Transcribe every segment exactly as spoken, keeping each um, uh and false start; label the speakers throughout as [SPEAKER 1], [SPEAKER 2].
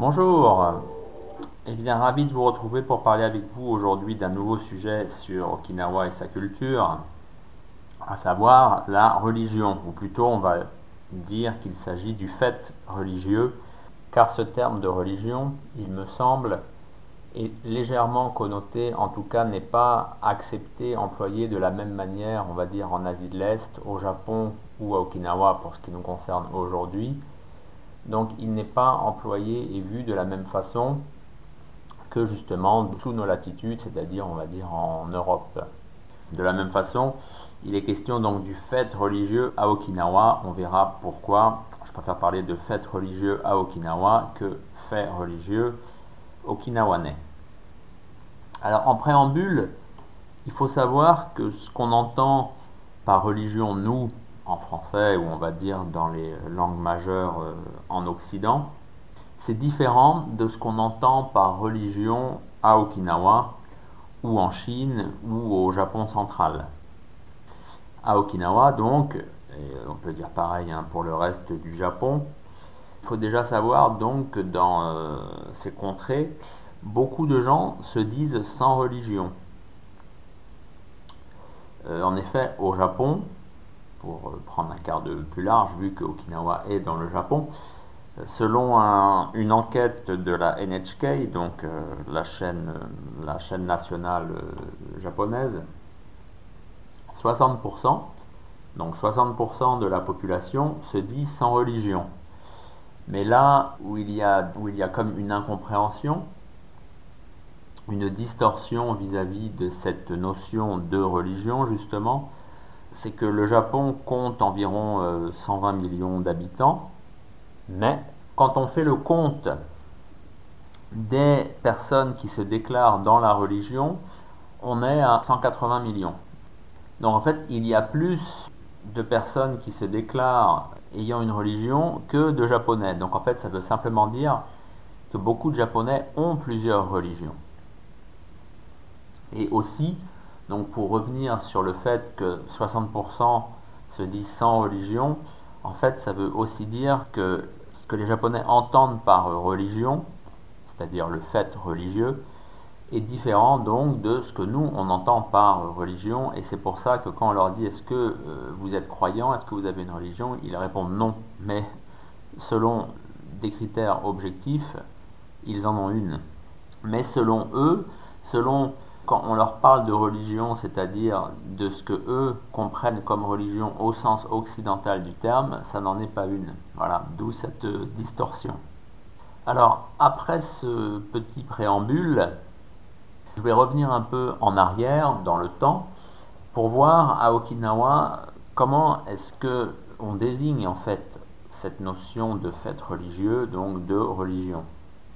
[SPEAKER 1] Bonjour, eh bien ravi de vous retrouver pour parler avec vous aujourd'hui d'un nouveau sujet sur Okinawa et sa culture, à savoir la religion, ou plutôt on va dire qu'il s'agit du fait religieux, car ce terme de religion, il me semble, est légèrement connoté, en tout cas n'est pas accepté, employé de la même manière, on va dire en Asie de l'Est, au Japon ou à Okinawa pour ce qui nous concerne aujourd'hui. Donc il n'est pas employé et vu de la même façon que justement sous nos latitudes, c'est-à-dire on va dire en Europe. De la même façon, il est question donc du fait religieux à Okinawa. On verra pourquoi je préfère parler de fait religieux à Okinawa que fait religieux okinawanais. Alors en préambule, il faut savoir que ce qu'on entend par religion, nous, en français, ou on va dire dans les langues majeures euh, en Occident, c'est différent de ce qu'on entend par religion à Okinawa, ou en Chine, ou au Japon central. À Okinawa, donc, et on peut dire pareil hein, pour le reste du Japon, il faut déjà savoir donc que dans euh, ces contrées, beaucoup de gens se disent sans religion. Euh, en effet, au Japon, pour prendre un quart de plus large, vu que Okinawa est dans le Japon, selon un, une enquête de la N H K, donc euh, la, chaîne, la chaîne nationale euh, japonaise, soixante pour cent, donc soixante pour cent de la population se dit sans religion. Mais là où il y a, où il y a comme une incompréhension, une distorsion vis-à-vis de cette notion de religion justement, c'est que le Japon compte environ euh, cent vingt millions d'habitants, mais quand on fait le compte des personnes qui se déclarent dans la religion, on est à cent quatre-vingts millions. Donc en fait, il y a plus de personnes qui se déclarent ayant une religion que de Japonais. Donc en fait, ça veut simplement dire que beaucoup de Japonais ont plusieurs religions. Et aussi, donc pour revenir sur le fait que soixante pour cent se disent sans religion, en fait, ça veut aussi dire que ce que les Japonais entendent par religion, c'est-à-dire le fait religieux, est différent donc de ce que nous on entend par religion, et c'est pour ça que quand on leur dit est-ce que euh, vous êtes croyant, est-ce que vous avez une religion, ils répondent non, mais selon des critères objectifs, ils en ont une. Mais selon eux, selon quand on leur parle de religion, c'est-à-dire de ce que eux comprennent comme religion au sens occidental du terme, ça n'en est pas une. Voilà, d'où cette distorsion. Alors, après ce petit préambule, je vais revenir un peu en arrière dans le temps pour voir à Okinawa comment est-ce que on désigne en fait cette notion de fait religieux, donc de religion.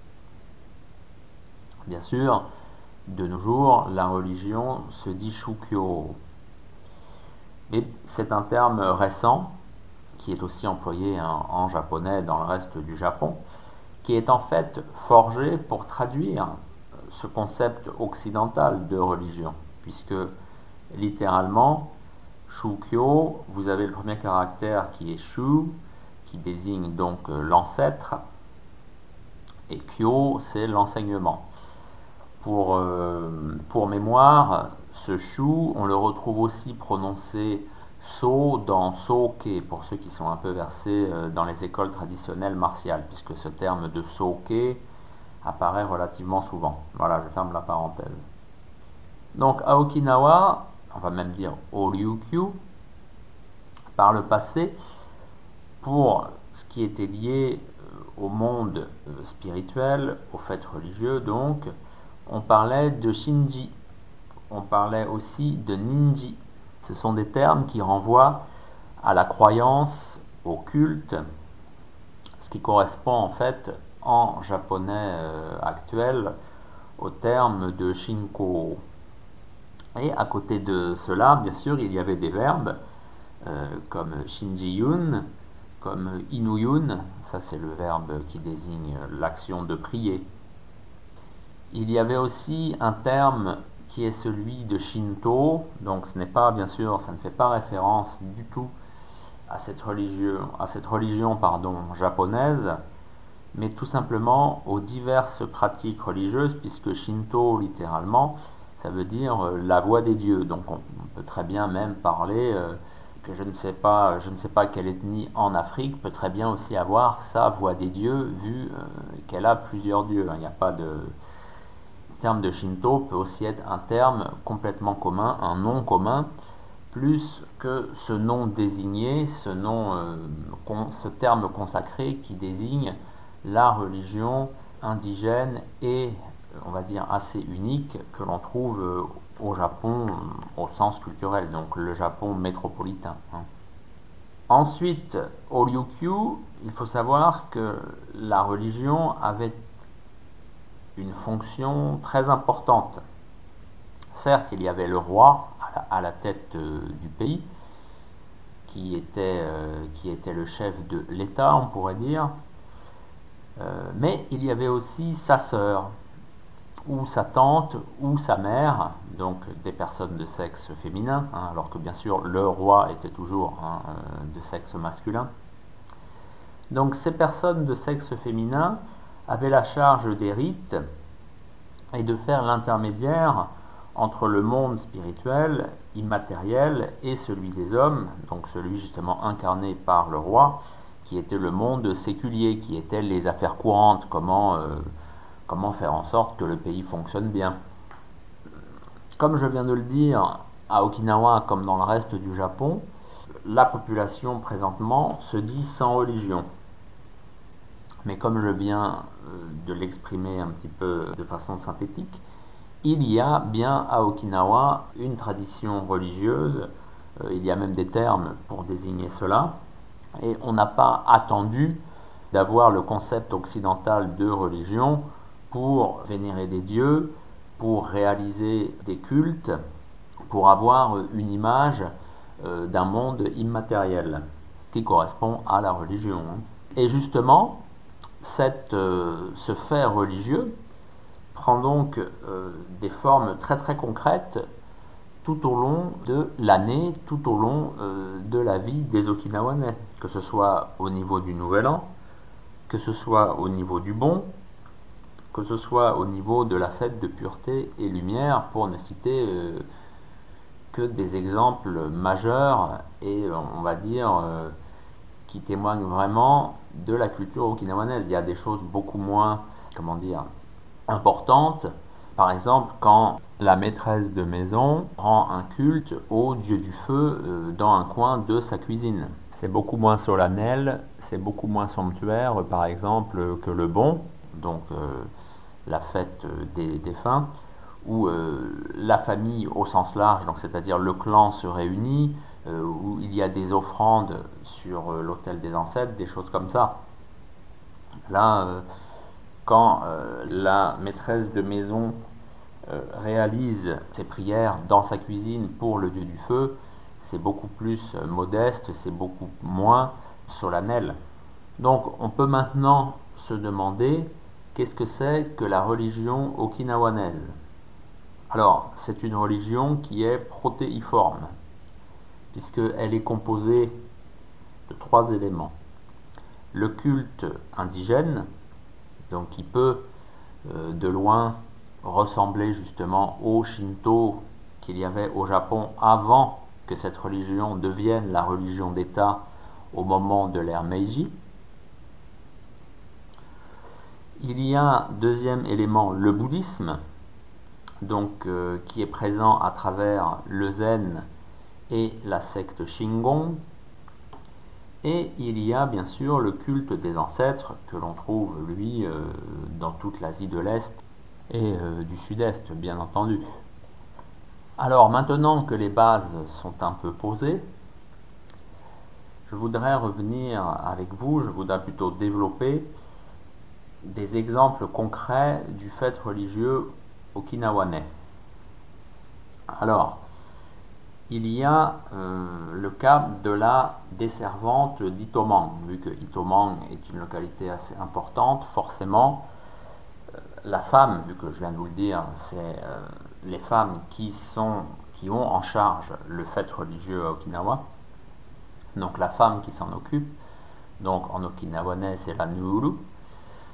[SPEAKER 1] Bien sûr, de nos jours, la religion se dit shukyo. Mais c'est un terme récent qui est aussi employé en, en japonais dans le reste du Japon, qui est en fait forgé pour traduire ce concept occidental de religion, puisque littéralement, shukyo, vous avez le premier caractère qui est shu, qui désigne donc l'ancêtre, et kyo, c'est l'enseignement. Pour, euh, pour mémoire, ce shu, on le retrouve aussi prononcé so dans soke, pour ceux qui sont un peu versés euh, dans les écoles traditionnelles martiales, puisque ce terme de soke apparaît relativement souvent. Voilà, je ferme la parenthèse. Donc à Okinawa, on va même dire au Ryukyu, par le passé, pour ce qui était lié au monde spirituel, aux fêtes religieux donc, on parlait de Shinji, on parlait aussi de Ninji. Ce sont des termes qui renvoient à la croyance, au culte, ce qui correspond en fait en japonais euh, actuel au terme de Shinko. Et à côté de cela, bien sûr, il y avait des verbes euh, comme Shinji-yun, comme Inuyun, ça c'est le verbe qui désigne l'action de prier. Il y avait aussi un terme qui est celui de Shinto, donc ce n'est pas, bien sûr, ça ne fait pas référence du tout à cette religion, à cette religion pardon, japonaise, mais tout simplement aux diverses pratiques religieuses, puisque Shinto, littéralement, ça veut dire euh, la voie des dieux. Donc on, on peut très bien même parler euh, que je ne sais pas, je ne sais pas quelle ethnie en Afrique peut très bien aussi avoir sa voie des dieux, vu euh, qu'elle a plusieurs dieux. Il n'y a pas de... Le terme de Shinto peut aussi être un terme complètement commun, un nom commun, plus que ce nom désigné, ce, nom, euh, con, ce terme consacré qui désigne la religion indigène et, on va dire, assez unique que l'on trouve euh, au Japon euh, au sens culturel, donc le Japon métropolitain. Hein. Ensuite, au Ryukyu, il faut savoir que la religion avait une fonction très importante. Certes, il y avait le roi à la, à la tête euh, du pays, qui était, euh, qui était le chef de l'État, on pourrait dire, euh, mais il y avait aussi sa sœur, ou sa tante, ou sa mère, donc des personnes de sexe féminin, hein, alors que bien sûr le roi était toujours hein, de sexe masculin. Donc ces personnes de sexe féminin avaient la charge des rites et de faire l'intermédiaire entre le monde spirituel, immatériel, et celui des hommes, donc celui justement incarné par le roi, qui était le monde séculier, qui était les affaires courantes, comment, euh, comment faire en sorte que le pays fonctionne bien. Comme je viens de le dire, à Okinawa comme dans le reste du Japon, la population présentement se dit sans religion. Mais comme je viens de l'exprimer un petit peu de façon synthétique, il y a bien à Okinawa une tradition religieuse, euh, il y a même des termes pour désigner cela, et on n'a pas attendu d'avoir le concept occidental de religion pour vénérer des dieux, pour réaliser des cultes, pour avoir une image euh, d'un monde immatériel, ce qui correspond à la religion. Et justement, cette, euh, ce fait religieux prend donc euh, des formes très très concrètes tout au long de l'année, tout au long euh, de la vie des Okinawanais, que ce soit au niveau du Nouvel An, que ce soit au niveau du Bon, que ce soit au niveau de la fête de pureté et lumière, pour ne citer euh, que des exemples majeurs et on va dire euh, qui témoignent vraiment de la culture okinawanaise. Il y a des choses beaucoup moins, comment dire, importantes. Par exemple, quand la maîtresse de maison rend un culte au dieu du feu euh, dans un coin de sa cuisine. C'est beaucoup moins solennel, c'est beaucoup moins somptuaire, par exemple, que le bon, donc euh, la fête des défunts, où euh, la famille au sens large, donc c'est-à-dire le clan se réunit, euh, où il y a des offrandes sur euh, l'autel des ancêtres, des choses comme ça. Là, euh, quand euh, la maîtresse de maison euh, réalise ses prières dans sa cuisine pour le dieu du feu, c'est beaucoup plus euh, modeste, c'est beaucoup moins solennel. Donc on peut maintenant se demander qu'est-ce que c'est que la religion okinawanaise. Alors c'est une religion qui est protéiforme, puisqu'elle est composée de trois éléments. Le culte indigène, donc qui peut euh, de loin ressembler justement au Shinto qu'il y avait au Japon avant que cette religion devienne la religion d'État au moment de l'ère Meiji. Il y a, deuxième élément, le bouddhisme, donc euh, qui est présent à travers le zen et la secte Shingon. Et il y a bien sûr le culte des ancêtres que l'on trouve, lui, euh, dans toute l'Asie de l'Est et euh, du Sud-Est, bien entendu. Alors maintenant que les bases sont un peu posées, je voudrais revenir avec vous, je voudrais plutôt développer des exemples concrets du fait religieux okinawanais. Alors, il y a euh, le cas de la desservante d'Itomang. Vu que Itomang est une localité assez importante, forcément, euh, la femme, vu que je viens de vous le dire, c'est euh, les femmes qui, sont, qui ont en charge le fait religieux à Okinawa, donc la femme qui s'en occupe, donc en okinawanais c'est la Nuuru,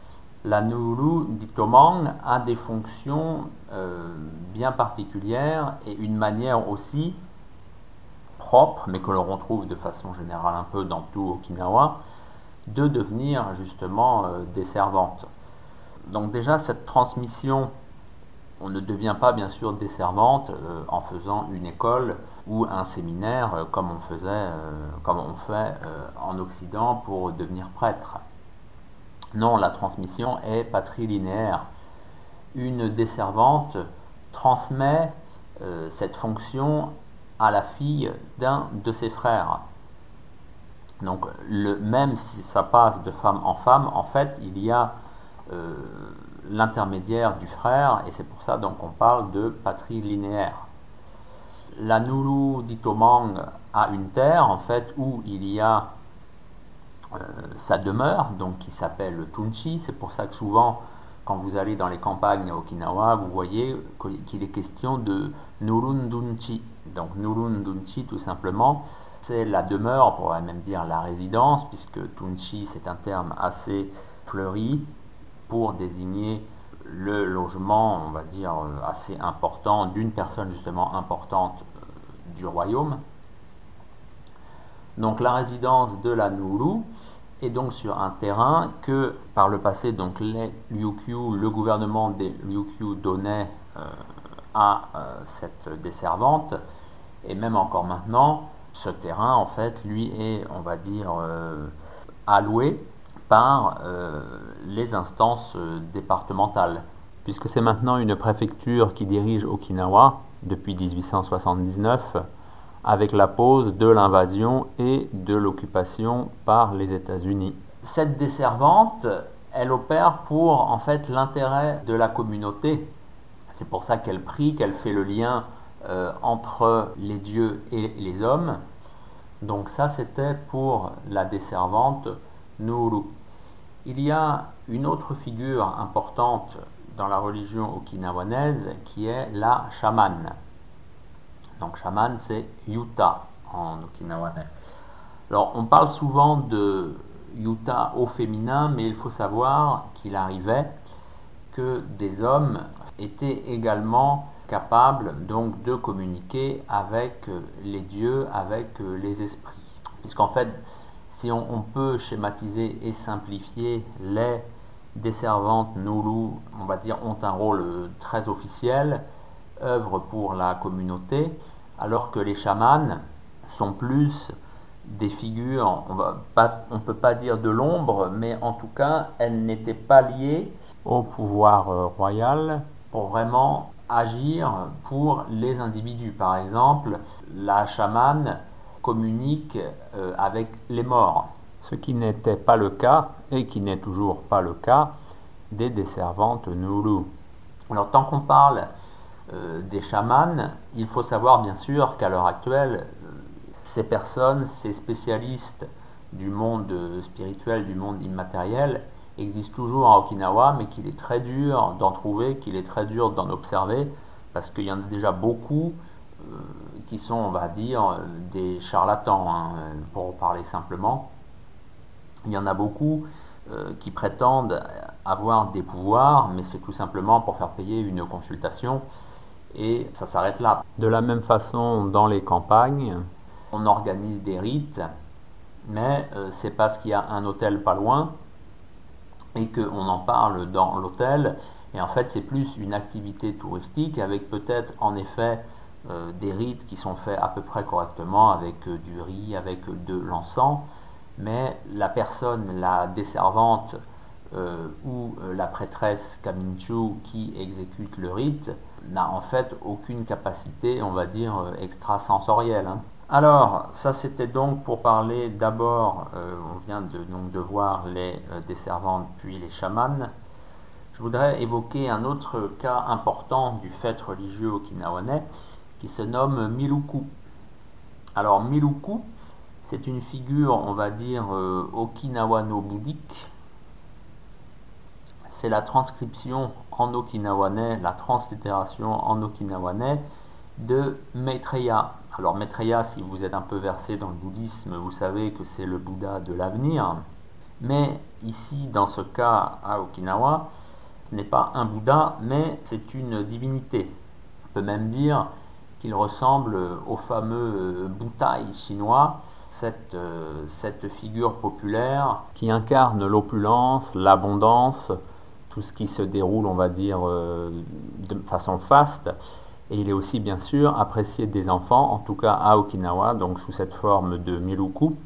[SPEAKER 1] La Nuru d'Itomang a des fonctions euh, bien particulières et une manière aussi propre, mais que l'on retrouve de façon générale un peu dans tout Okinawa, de devenir justement euh, des servantes. Donc déjà cette transmission, on ne devient pas bien sûr des servantes euh, en faisant une école ou un séminaire euh, comme on faisait, euh, comme on fait euh, en Occident pour devenir prêtre. Non, la transmission est patrilinéaire. Une des servantes transmet euh, cette fonction à la fille d'un de ses frères. Donc, le, même si ça passe de femme en femme, en fait, il y a euh, l'intermédiaire du frère, et c'est pour ça donc on parle de patrilinéaire. La Nuru d'Itomang a une terre, en fait, où il y a euh, sa demeure, donc qui s'appelle Tunchi. C'est pour ça que souvent, quand vous allez dans les campagnes à Okinawa, vous voyez qu'il est question de Nurundunchi. Donc Nurundunchi, tout simplement, c'est la demeure, on pourrait même dire la résidence, puisque Tunchi, c'est un terme assez fleuri pour désigner le logement, on va dire, assez important d'une personne justement importante du royaume. Donc la résidence de la Nuru est donc sur un terrain que par le passé donc les Ryukyu, le gouvernement des Ryukyu donnait euh, à euh, cette desservante, et même encore maintenant ce terrain en fait lui est, on va dire, euh, alloué par euh, les instances euh, départementales, puisque c'est maintenant une préfecture qui dirige Okinawa depuis mille huit cent soixante-dix-neuf, avec la pause de l'invasion et de l'occupation par les États-Unis. Cette desservante, elle opère pour en fait l'intérêt de la communauté. C'est pour ça qu'elle prie, qu'elle fait le lien euh, entre les dieux et les hommes. Donc ça, c'était pour la desservante Nuru. Il y a une autre figure importante dans la religion okinawanaise qui est la chamane. Donc chaman, c'est Yuta en okinawanais. Alors on parle souvent de Yuta au féminin, mais il faut savoir qu'il arrivait que des hommes étaient également capables donc de communiquer avec les dieux, avec les esprits. Puisqu'en fait, si on, on peut schématiser et simplifier, les desservantes Nuru, on va dire, ont un rôle très officiel, œuvrent pour la communauté, alors que les chamans sont plus des figures, on ne peut pas dire de l'ombre, mais en tout cas, elles n'étaient pas liées au pouvoir euh, royal pour vraiment agir pour les individus. Par exemple, la chamane communique euh, avec les morts, ce qui n'était pas le cas et qui n'est toujours pas le cas des desservantes Nuru. Alors tant qu'on parle euh, des chamans, il faut savoir bien sûr qu'à l'heure actuelle, euh, ces personnes, ces spécialistes du monde spirituel, du monde immatériel, existent toujours à Okinawa, mais qu'il est très dur d'en trouver, qu'il est très dur d'en observer, parce qu'il y en a déjà beaucoup euh, qui sont, on va dire, des charlatans, hein, pour parler simplement. Il y en a beaucoup euh, qui prétendent avoir des pouvoirs, mais c'est tout simplement pour faire payer une consultation, et ça s'arrête là. De la même façon, dans les campagnes, on organise des rites, mais euh, c'est parce qu'il y a un hôtel pas loin et qu'on en parle dans l'hôtel, et en fait c'est plus une activité touristique avec peut-être en effet euh, des rites qui sont faits à peu près correctement avec euh, du riz, avec euh, de l'encens, mais la personne, la desservante euh, ou euh, la prêtresse Kaminchu qui exécute le rite n'a en fait aucune capacité, on va dire, euh, extrasensorielle, hein. Alors, ça c'était donc pour parler d'abord, euh, on vient de, donc, de voir les euh, desservantes puis les chamans. Je voudrais évoquer un autre cas important du fait religieux okinawanais qui se nomme Miluku. Alors Miluku, c'est une figure, on va dire, euh, okinawano-bouddhique. C'est la transcription en okinawanais, la translittération en okinawanais de Maitreya. Alors Maitreya, si vous êtes un peu versé dans le bouddhisme, vous savez que c'est le Bouddha de l'avenir. Mais ici, dans ce cas à Okinawa, ce n'est pas un Bouddha, mais c'est une divinité. On peut même dire qu'il ressemble au fameux Bouddhaï chinois, cette, euh, cette figure populaire qui incarne l'opulence, l'abondance, tout ce qui se déroule, on va dire, euh, de façon faste. Et il est aussi bien sûr apprécié des enfants, en tout cas à Okinawa, donc sous cette forme de miluku,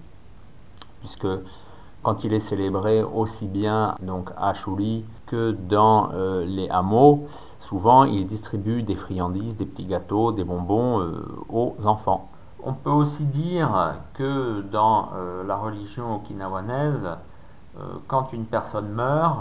[SPEAKER 1] puisque quand il est célébré aussi bien donc à Shuri que dans euh, les hameaux, souvent il distribue des friandises, des petits gâteaux, des bonbons euh, aux enfants. On peut aussi dire que dans euh, la religion okinawanaise, euh, quand une personne meurt,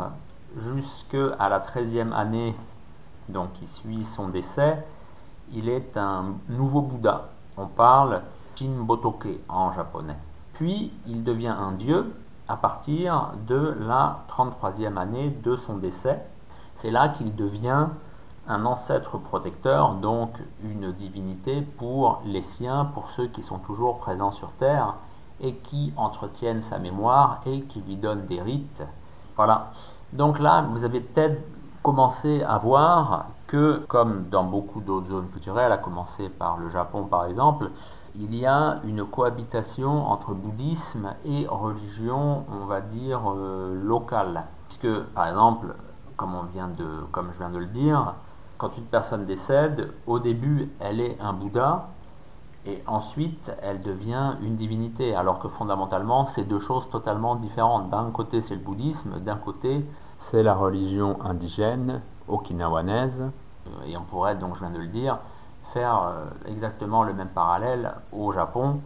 [SPEAKER 1] jusqu'à la treizième année donc, qui suit son décès, il est un nouveau Bouddha. On parle Shinbotoke en japonais. Puis il devient un dieu à partir de la trente-troisième année de son décès. C'est là qu'il devient un ancêtre protecteur, donc une divinité pour les siens, pour ceux qui sont toujours présents sur Terre et qui entretiennent sa mémoire et qui lui donnent des rites. Voilà. Donc là, vous avez peut-être commencé à voir que, comme dans beaucoup d'autres zones culturelles, à commencer par le Japon par exemple, il y a une cohabitation entre bouddhisme et religion, on va dire, euh, locale. Puisque, par exemple, comme, on vient de, comme je viens de le dire, quand une personne décède, au début, elle est un Bouddha, et ensuite, elle devient une divinité, alors que fondamentalement, c'est deux choses totalement différentes. D'un côté, c'est le bouddhisme, d'un côté, c'est la religion indigène okinawanaise. Et on pourrait, donc je viens de le dire, faire exactement le même parallèle au Japon,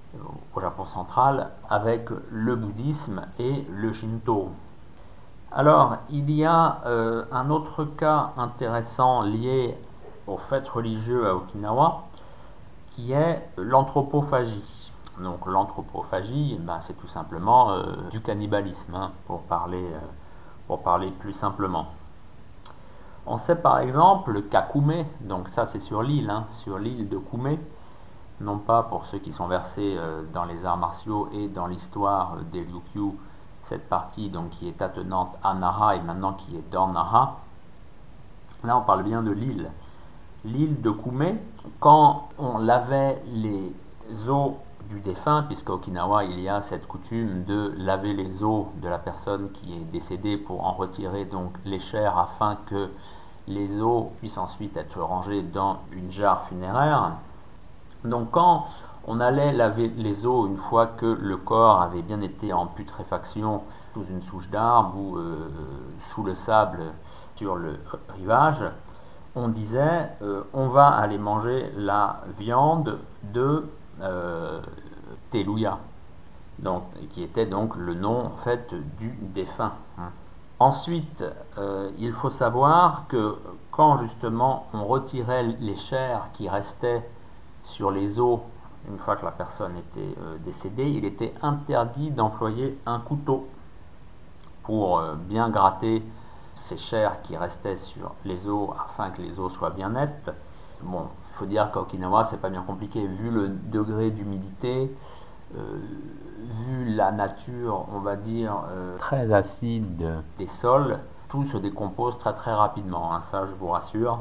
[SPEAKER 1] au Japon central, avec le bouddhisme et le shinto. Alors, il y a euh, un autre cas intéressant lié aux fêtes religieuses à Okinawa, qui est l'anthropophagie. Donc l'anthropophagie, ben, c'est tout simplement euh, du cannibalisme, hein, pour, parler, euh, pour parler plus simplement. On sait par exemple qu'à Kume, donc ça c'est sur l'île, hein, sur l'île de Kume, non pas pour ceux qui sont versés euh, dans les arts martiaux et dans l'histoire des Ryukyu, cette partie donc qui est attenante à Nara et maintenant qui est dans Nara. Là on parle bien de l'île. L'île de Kume, quand on lavait les os du défunt, puisqu'à Okinawa il y a cette coutume de laver les os de la personne qui est décédée pour en retirer donc les chairs afin que les os puissent ensuite être rangés dans une jarre funéraire. Donc quand on allait laver les os une fois que le corps avait bien été en putréfaction sous une souche d'arbre ou euh, sous le sable sur le rivage, on disait euh, on va aller manger la viande de euh, Teluya, donc, qui était donc le nom en fait du défunt. Ensuite, euh, il faut savoir que quand justement on retirait les chairs qui restaient sur les os une fois que la personne était euh, décédée, il était interdit d'employer un couteau pour euh, bien gratter ces chairs qui restaient sur les os afin que les os soient bien nets. Bon, il faut dire qu'à Okinawa, c'est pas bien compliqué, vu le degré d'humidité, euh, vu la nature, on va dire, euh, très acide des sols, tout se décompose très très rapidement, hein, ça je vous rassure.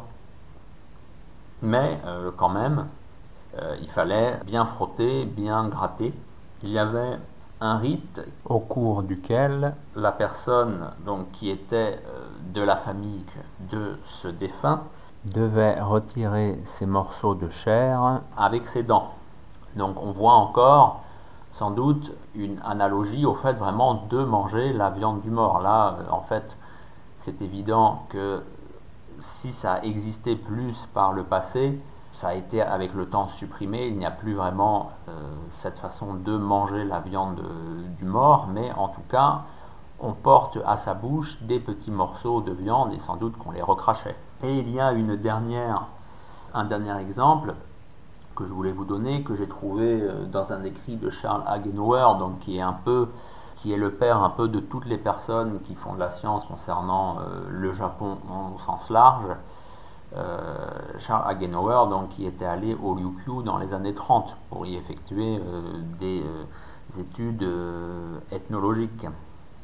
[SPEAKER 1] Mais euh, quand même, euh, il fallait bien frotter, bien gratter. Il y avait un rite au cours duquel la personne donc, qui était euh, de la famille de ce défunt devait retirer ces morceaux de chair avec ses dents. Donc on voit encore sans doute une analogie au fait vraiment de manger la viande du mort. Là, en fait, c'est évident que si ça existait plus par le passé, ça a été avec le temps supprimé, il n'y a plus vraiment euh, cette façon de manger la viande euh, du mort, mais en tout cas, on porte à sa bouche des petits morceaux de viande et sans doute qu'on les recrachait. Et il y a une dernière, un dernier exemple que je voulais vous donner, que j'ai trouvé euh, dans un écrit de Charles Hagenauer, donc qui est un peu qui est le père un peu de toutes les personnes qui font de la science concernant euh, le Japon au sens large. Euh, Charles Hagenauer, donc, qui était allé au Ryukyu dans les années trente pour y effectuer euh, des, euh, des études euh, ethnologiques.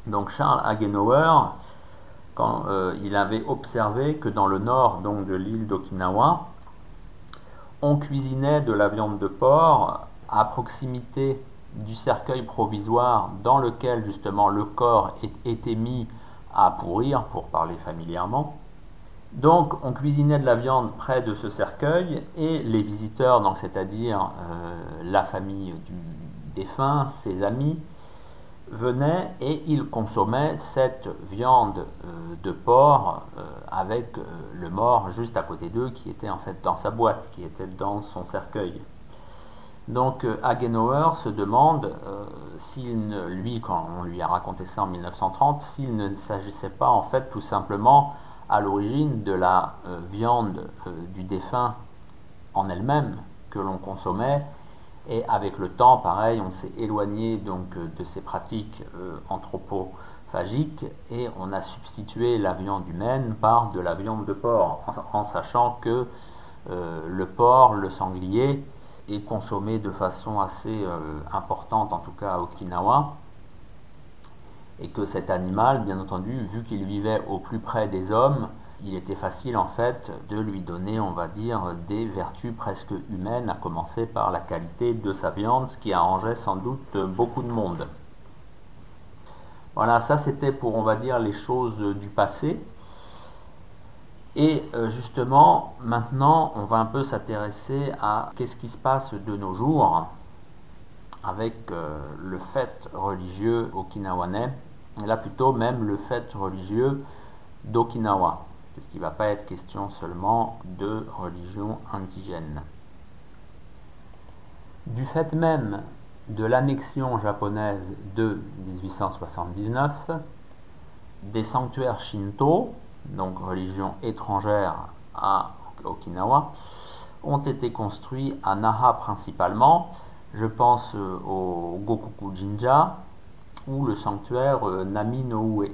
[SPEAKER 1] Donc Charles Hagenauer, quand euh, il avait observé que dans le nord donc, de l'île d'Okinawa, on cuisinait de la viande de porc à proximité du cercueil provisoire dans lequel justement le corps était mis à pourrir, pour parler familièrement. Donc on cuisinait de la viande près de ce cercueil et les visiteurs, donc c'est-à-dire euh, la famille du défunt, ses amis, venaient et ils consommaient cette viande euh, de porc euh, avec euh, le mort juste à côté d'eux qui était en fait dans sa boîte, qui était dans son cercueil. Donc euh, Hagenauer se demande euh, s'il ne, lui, quand on lui a raconté ça en mille neuf cent trente, s'il ne s'agissait pas en fait tout simplement à l'origine de la euh, viande euh, du défunt en elle-même que l'on consommait. Et avec le temps, pareil, on s'est éloigné donc de ces pratiques euh, anthropophagiques et on a substitué la viande humaine par de la viande de porc, en, en sachant que euh, le porc, le sanglier, est consommé de façon assez euh, importante, en tout cas à Okinawa, et que cet animal, bien entendu, vu qu'il vivait au plus près des hommes, il était facile en fait de lui donner, on va dire, des vertus presque humaines, à commencer par la qualité de sa viande, ce qui arrangeait sans doute beaucoup de monde. Voilà, ça c'était pour, on va dire, les choses du passé. Et justement, maintenant, on va un peu s'intéresser à qu'est-ce qui se passe de nos jours avec euh, le fait religieux okinawanais, et là plutôt même le fait religieux d'Okinawa, parce qu'il ne va pas être question seulement de religion indigène. Du fait même de l'annexion japonaise de dix-huit cent soixante-dix-neuf, des sanctuaires Shinto, donc religion étrangère à Okinawa, ont été construits à Naha principalement. Je pense au Gokoku Jinja ou le sanctuaire Nami no Ue.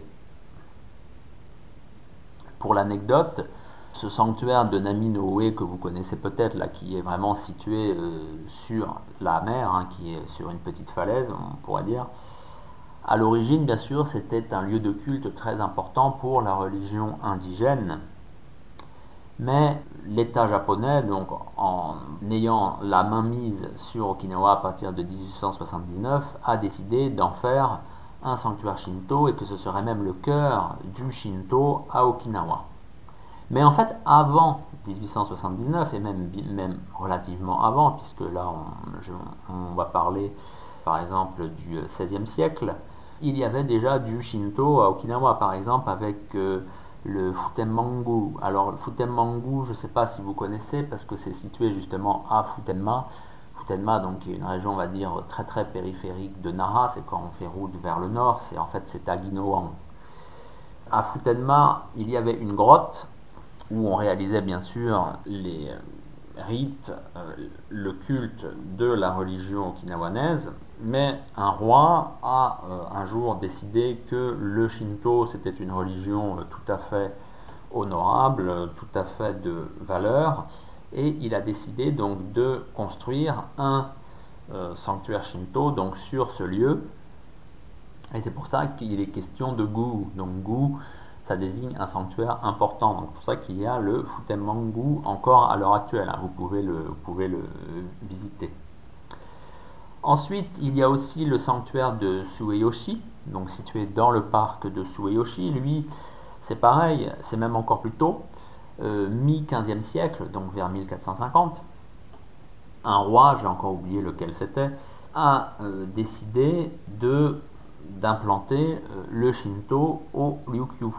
[SPEAKER 1] Pour l'anecdote, ce sanctuaire de Nami no Ue que vous connaissez peut-être, là, qui est vraiment situé euh, sur la mer, hein, qui est sur une petite falaise, on pourrait dire, à l'origine, bien sûr, c'était un lieu de culte très important pour la religion indigène. Mais l'État japonais, donc en ayant la main mise sur Okinawa à partir de dix-huit cent soixante-dix-neuf, a décidé d'en faire un sanctuaire Shinto et que ce serait même le cœur du Shinto à Okinawa. Mais en fait, avant dix-huit cent soixante-dix-neuf, et même, même relativement avant, puisque là on, je, on va parler par exemple du seizième siècle, il y avait déjà du Shinto à Okinawa, par exemple avec euh, le Futenmangu. Alors le Futenmangu, je ne sais pas si vous connaissez, parce que c'est situé justement à Futenma. Futenma, donc, qui est une région, on va dire, très très périphérique de Nara, c'est quand on fait route vers le nord, c'est en fait c'est à Ginowan. À Futenma, il y avait une grotte où on réalisait bien sûr les rites, euh, le culte de la religion okinawanaise, mais un roi a euh, un jour décidé que le Shinto c'était une religion euh, tout à fait honorable, euh, tout à fait de valeur, et il a décidé donc de construire un euh, sanctuaire Shinto donc sur ce lieu, et c'est pour ça qu'il est question de Gu. Donc Gu, ça désigne un sanctuaire important. Donc c'est pour ça qu'il y a le Futenmangu encore à l'heure actuelle. Hein. Vous pouvez le, vous pouvez le visiter. Ensuite, il y a aussi le sanctuaire de Sueyoshi, donc situé dans le parc de Sueyoshi. Lui, c'est pareil, c'est même encore plus tôt, euh, mi-quinzième siècle, donc vers mille quatre cent cinquante. Un roi, j'ai encore oublié lequel c'était, a euh, décidé de d'implanter euh, le Shinto au Ryukyu.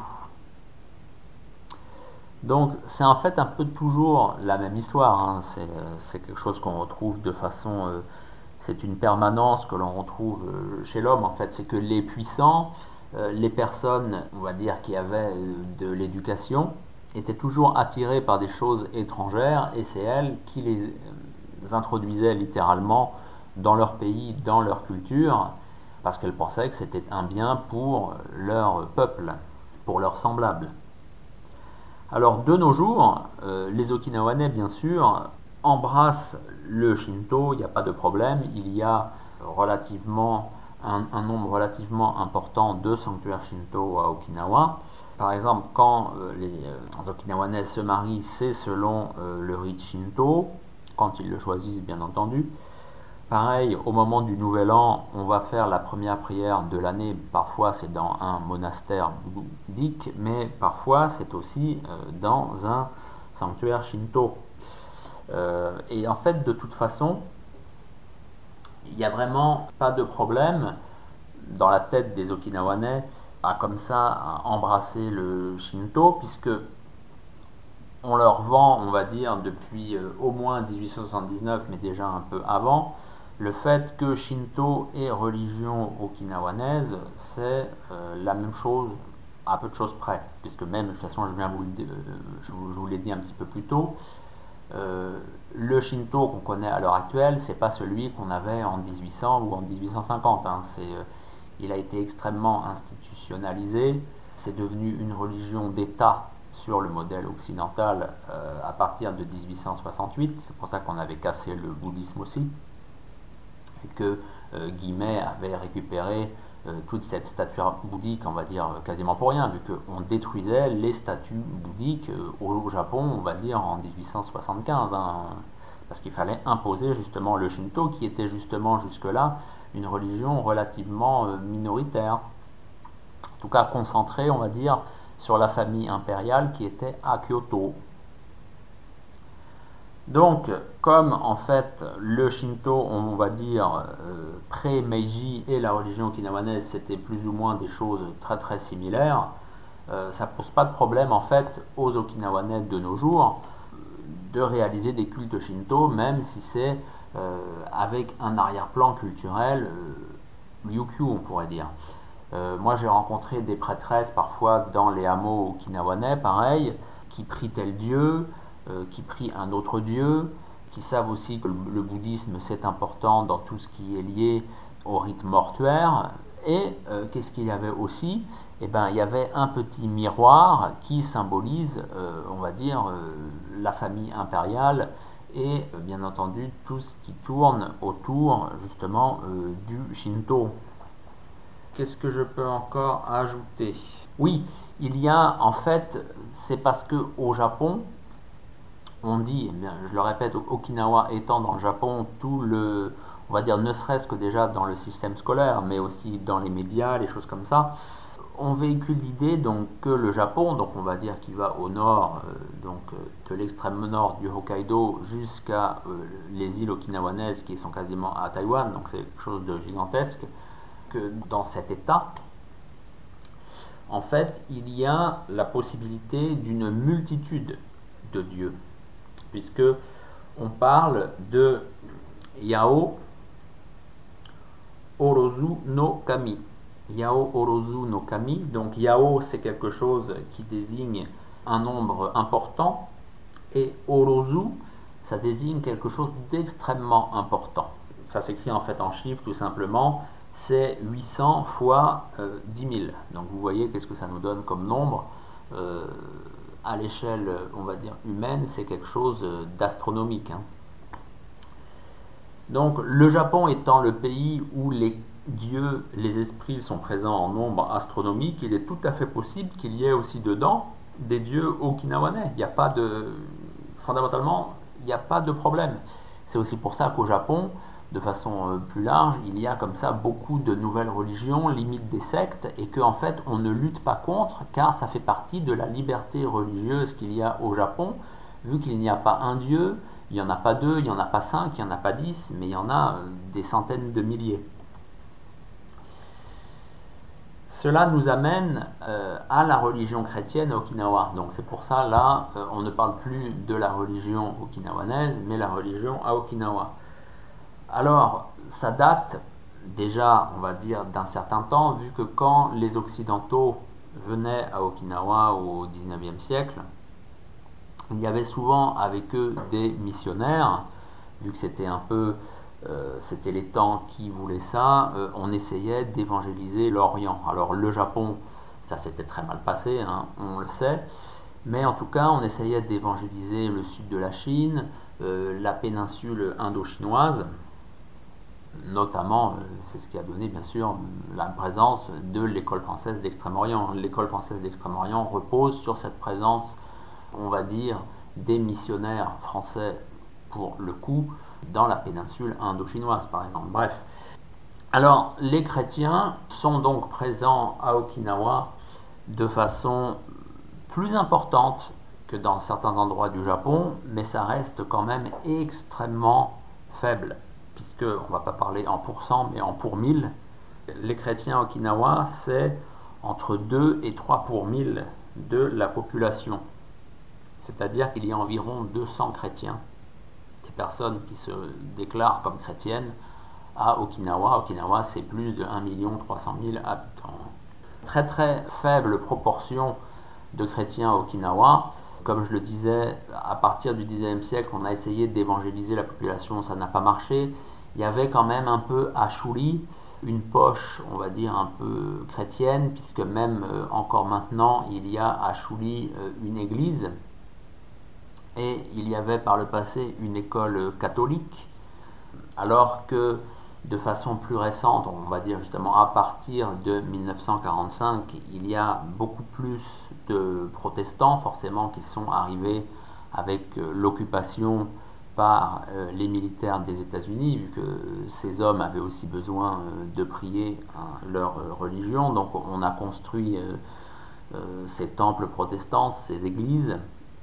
[SPEAKER 1] Donc c'est en fait un peu toujours la même histoire, hein. c'est, c'est quelque chose qu'on retrouve de façon... Euh, c'est une permanence que l'on retrouve euh, chez l'homme en fait, c'est que les puissants, euh, les personnes, on va dire, qui avaient euh, de l'éducation, étaient toujours attirées par des choses étrangères et c'est elles qui les euh, introduisaient littéralement dans leur pays, dans leur culture, parce qu'elles pensaient que c'était un bien pour leur peuple, pour leurs semblables. Alors de nos jours, euh, les Okinawanais bien sûr embrassent le Shinto, il n'y a pas de problème, il y a relativement un, un nombre relativement important de sanctuaires Shinto à Okinawa. Par exemple, quand euh, les, euh, Okinawanais se marient, c'est selon euh, le rite Shinto, quand ils le choisissent bien entendu. Pareil, au moment du Nouvel An, on va faire la première prière de l'année. Parfois, c'est dans un monastère bouddhique, mais parfois, c'est aussi euh, dans un sanctuaire Shinto. Euh, et en fait, de toute façon, il n'y a vraiment pas de problème dans la tête des Okinawanais à comme ça à embrasser le Shinto, puisque on leur vend, on va dire, depuis euh, au moins dix-huit cent soixante-dix-neuf, mais déjà un peu avant, le fait que Shinto et religion okinawanaise, c'est euh, la même chose, à peu de choses près, puisque même, de toute façon, je, viens vous, le, euh, je, vous, je vous l'ai dit un petit peu plus tôt, euh, le Shinto qu'on connaît à l'heure actuelle, c'est pas celui qu'on avait en dix-huit cents ou en dix-huit cent cinquante. Hein. C'est, euh, il a été extrêmement institutionnalisé. C'est devenu une religion d'État sur le modèle occidental euh, à partir de dix-huit cent soixante-huit. C'est pour ça qu'on avait cassé le bouddhisme aussi. Et que euh, Guimet avait récupéré euh, toute cette statuaire bouddhique, on va dire, quasiment pour rien, vu qu'on détruisait les statues bouddhiques euh, au Japon, on va dire, en dix-huit cent soixante-quinze. Hein, parce qu'il fallait imposer justement le Shinto, qui était justement jusque-là une religion relativement euh, minoritaire. En tout cas concentrée, on va dire, sur la famille impériale qui était à Kyoto. Donc, comme en fait le Shinto, on va dire, euh, pré-Meiji et la religion okinawanaise, c'était plus ou moins des choses très très similaires, euh, ça pose pas de problème en fait aux Okinawanais de nos jours de réaliser des cultes Shinto, même si c'est euh, avec un arrière-plan culturel euh, Ryukyu, on pourrait dire. Euh, moi, j'ai rencontré des prêtresses parfois dans les hameaux okinawanais, pareil, qui prient tel dieu, euh, qui prient un autre dieu, qui savent aussi que le, le bouddhisme c'est important dans tout ce qui est lié au rite mortuaire. Et euh, qu'est-ce qu'il y avait aussi? Eh ben, il y avait un petit miroir qui symbolise, euh, on va dire, euh, la famille impériale et euh, bien entendu tout ce qui tourne autour justement euh, du Shinto. Qu'est-ce que je peux encore ajouter? Oui, il y a en fait, c'est parce que au Japon, on dit, eh bien, je le répète, Okinawa étant dans le Japon, tout le, on va dire, ne serait-ce que déjà dans le système scolaire, mais aussi dans les médias, les choses comme ça, on véhicule l'idée donc que le Japon, donc on va dire qu'il va au nord, euh, donc euh, de l'extrême nord du Hokkaido jusqu'à euh, les îles okinawanaises qui sont quasiment à Taïwan, donc c'est quelque chose de gigantesque. Que dans cet état, en fait, il y a la possibilité d'une multitude de dieux, puisque on parle de Yao Orozu no Kami. Yao Orozu no Kami, donc Yao c'est quelque chose qui désigne un nombre important, et Orozu ça désigne quelque chose d'extrêmement important. Ça s'écrit en fait en chiffres tout simplement. C'est huit cents fois euh, dix mille. Donc vous voyez qu'est-ce que ça nous donne comme nombre. Euh, à l'échelle, on va dire, humaine, c'est quelque chose d'astronomique. Hein. Donc le Japon étant le pays où les dieux, les esprits sont présents en nombre astronomique, il est tout à fait possible qu'il y ait aussi dedans des dieux okinawanais. Il n'y a pas de... Fondamentalement, il n'y a pas de problème. C'est aussi pour ça qu'au Japon, de façon plus large, il y a comme ça beaucoup de nouvelles religions, limite des sectes, et qu'en fait on ne lutte pas contre, car ça fait partie de la liberté religieuse qu'il y a au Japon, vu qu'il n'y a pas un dieu, il n'y en a pas deux, il n'y en a pas cinq, il n'y en a pas dix, mais il y en a des centaines de milliers. Cela nous amène euh, à la religion chrétienne à Okinawa. Donc c'est pour ça, là, euh, on ne parle plus de la religion okinawanaise, mais la religion à Okinawa. Alors, ça date déjà, on va dire, d'un certain temps, vu que quand les Occidentaux venaient à Okinawa au dix-neuvième siècle, il y avait souvent avec eux des missionnaires, vu que c'était un peu, euh, c'était les temps qui voulaient ça, euh, on essayait d'évangéliser l'Orient. Alors le Japon, ça s'était très mal passé, hein, on le sait, mais en tout cas, on essayait d'évangéliser le sud de la Chine, euh, la péninsule indo-chinoise, Notamment, euh, c'est ce qui a donné bien sûr la présence de l'école française d'Extrême-Orient. L'école française d'Extrême-Orient repose sur cette présence, on va dire, des missionnaires français pour le coup, dans la péninsule indo-chinoise par exemple. Bref. Alors, les chrétiens sont donc présents à Okinawa de façon plus importante que dans certains endroits du Japon, mais ça reste quand même extrêmement faible, puisque on ne va pas parler en pourcent, mais en pour mille. Les chrétiens à Okinawa, c'est entre deux et trois pour mille de la population. C'est-à-dire qu'il y a environ deux cents chrétiens, des personnes qui se déclarent comme chrétiennes, à Okinawa. Okinawa, c'est plus de un million trois cent mille habitants. Très très faible proportion de chrétiens à Okinawa. Comme je le disais, à partir du dixième siècle, on a essayé d'évangéliser la population, ça n'a pas marché. Il y avait quand même un peu à Shuri une poche, on va dire, un peu chrétienne, puisque même euh, encore maintenant, il y a à Shuri euh, une église. Et il y avait par le passé une école catholique, alors que de façon plus récente, on va dire justement à partir de mille neuf cent quarante-cinq, il y a beaucoup plus de protestants forcément qui sont arrivés avec l'occupation par les militaires des États-Unis, vu que ces hommes avaient aussi besoin de prier leur religion. Donc on a construit ces temples protestants, ces églises.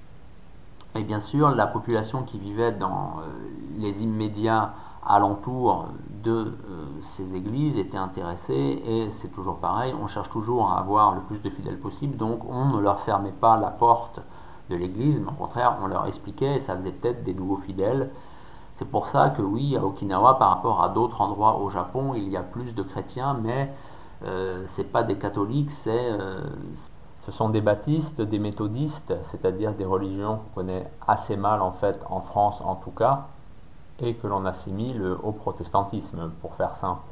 [SPEAKER 1] Et bien sûr, la population qui vivait dans les immédiats alentours de euh, ces églises étaient intéressés, et c'est toujours pareil, on cherche toujours à avoir le plus de fidèles possible, donc on ne leur fermait pas la porte de l'église, mais au contraire on leur expliquait et ça faisait peut-être des nouveaux fidèles. C'est pour ça que oui, à Okinawa par rapport à d'autres endroits au Japon, il y a plus de chrétiens, mais euh, c'est pas des catholiques, c'est euh, ce sont des baptistes, des méthodistes, c'est-à-dire des religions qu'on connaît assez mal en fait en France en tout cas, et que l'on assimile au protestantisme, pour faire simple.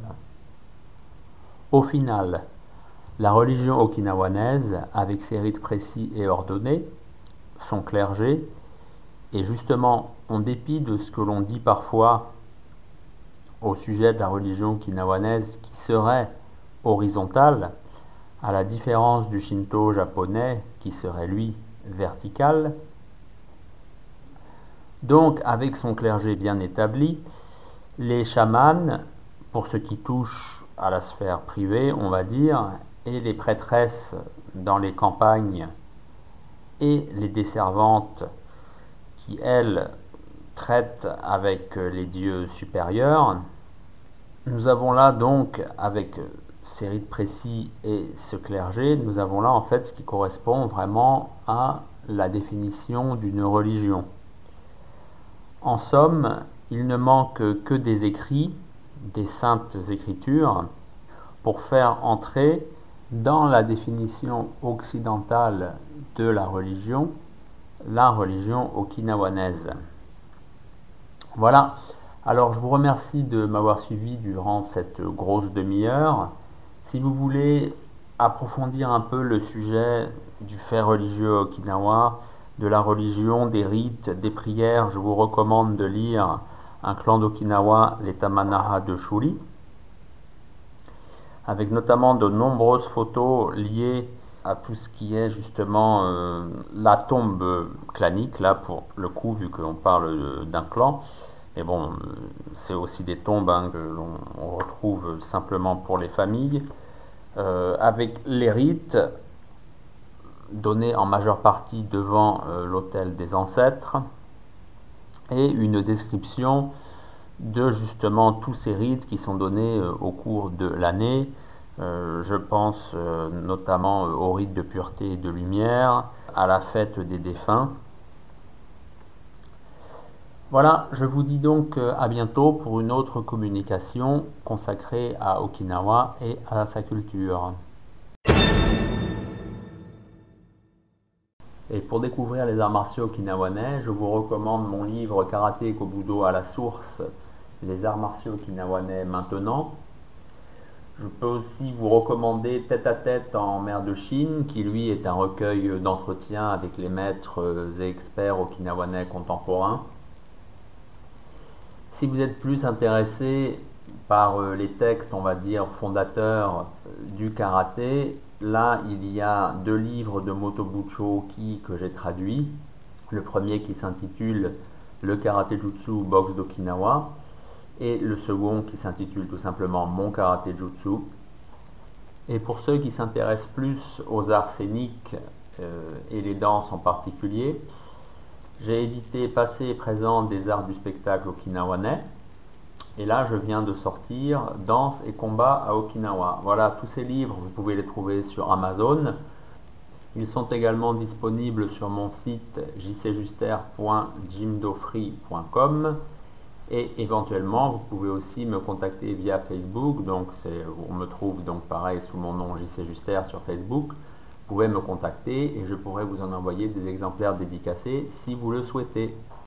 [SPEAKER 1] Au final, la religion okinawanaise, avec ses rites précis et ordonnés, son clergé, et justement, en dépit de ce que l'on dit parfois au sujet de la religion okinawanaise qui serait horizontale, à la différence du Shinto japonais qui serait lui vertical, donc avec son clergé bien établi, les chamans, pour ce qui touche à la sphère privée, on va dire, et les prêtresses dans les campagnes et les desservantes qui, elles, traitent avec les dieux supérieurs. Nous avons là donc, avec ces rites précis et ce clergé, nous avons là en fait ce qui correspond vraiment à la définition d'une religion. En somme, il ne manque que des écrits, des saintes écritures, pour faire entrer dans la définition occidentale de la religion, la religion okinawanaise. Voilà, alors je vous remercie de m'avoir suivi durant cette grosse demi-heure. Si vous voulez approfondir un peu le sujet du fait religieux Okinawa, de la religion, des rites, des prières, je vous recommande de lire Un clan d'Okinawa, les Tamanaha de Shuri, avec notamment de nombreuses photos liées à tout ce qui est justement euh, la tombe clanique, là pour le coup, vu que l'on parle d'un clan. Et bon, c'est aussi des tombes hein, que l'on retrouve simplement pour les familles, euh, avec les rites donnés en majeure partie devant euh, l'autel des ancêtres, et une description de justement tous ces rites qui sont donnés euh, au cours de l'année. Euh, je pense euh, notamment euh, au rite de pureté et de lumière, à la fête des défunts. Voilà, je vous dis donc euh, à bientôt pour une autre communication consacrée à Okinawa et à sa culture. Et pour découvrir les arts martiaux okinawanais, je vous recommande mon livre Karaté Kobudo à la source, les arts martiaux okinawanais maintenant. Je peux aussi vous recommander Tête à tête en mer de Chine, qui lui est un recueil d'entretiens avec les maîtres et experts okinawanais contemporains. Si vous êtes plus intéressé par euh, les textes, on va dire, fondateurs euh, du karaté. Là, il y a deux livres de Motobucho Oki que j'ai traduits. Le premier qui s'intitule Le karaté jutsu boxe d'Okinawa et le second qui s'intitule tout simplement Mon karaté jutsu. Et pour ceux qui s'intéressent plus aux arts scéniques euh, et les danses en particulier, j'ai édité Passé et présent des arts du spectacle okinawanais. Et là, je viens de sortir Danse et combat à Okinawa. Voilà, tous ces livres, vous pouvez les trouver sur Amazon. Ils sont également disponibles sur mon site j c juster point jimdofree point com et éventuellement vous pouvez aussi me contacter via Facebook. Donc on me trouve donc pareil sous mon nom J C Juster sur Facebook. Vous pouvez me contacter et je pourrai vous en envoyer des exemplaires dédicacés si vous le souhaitez.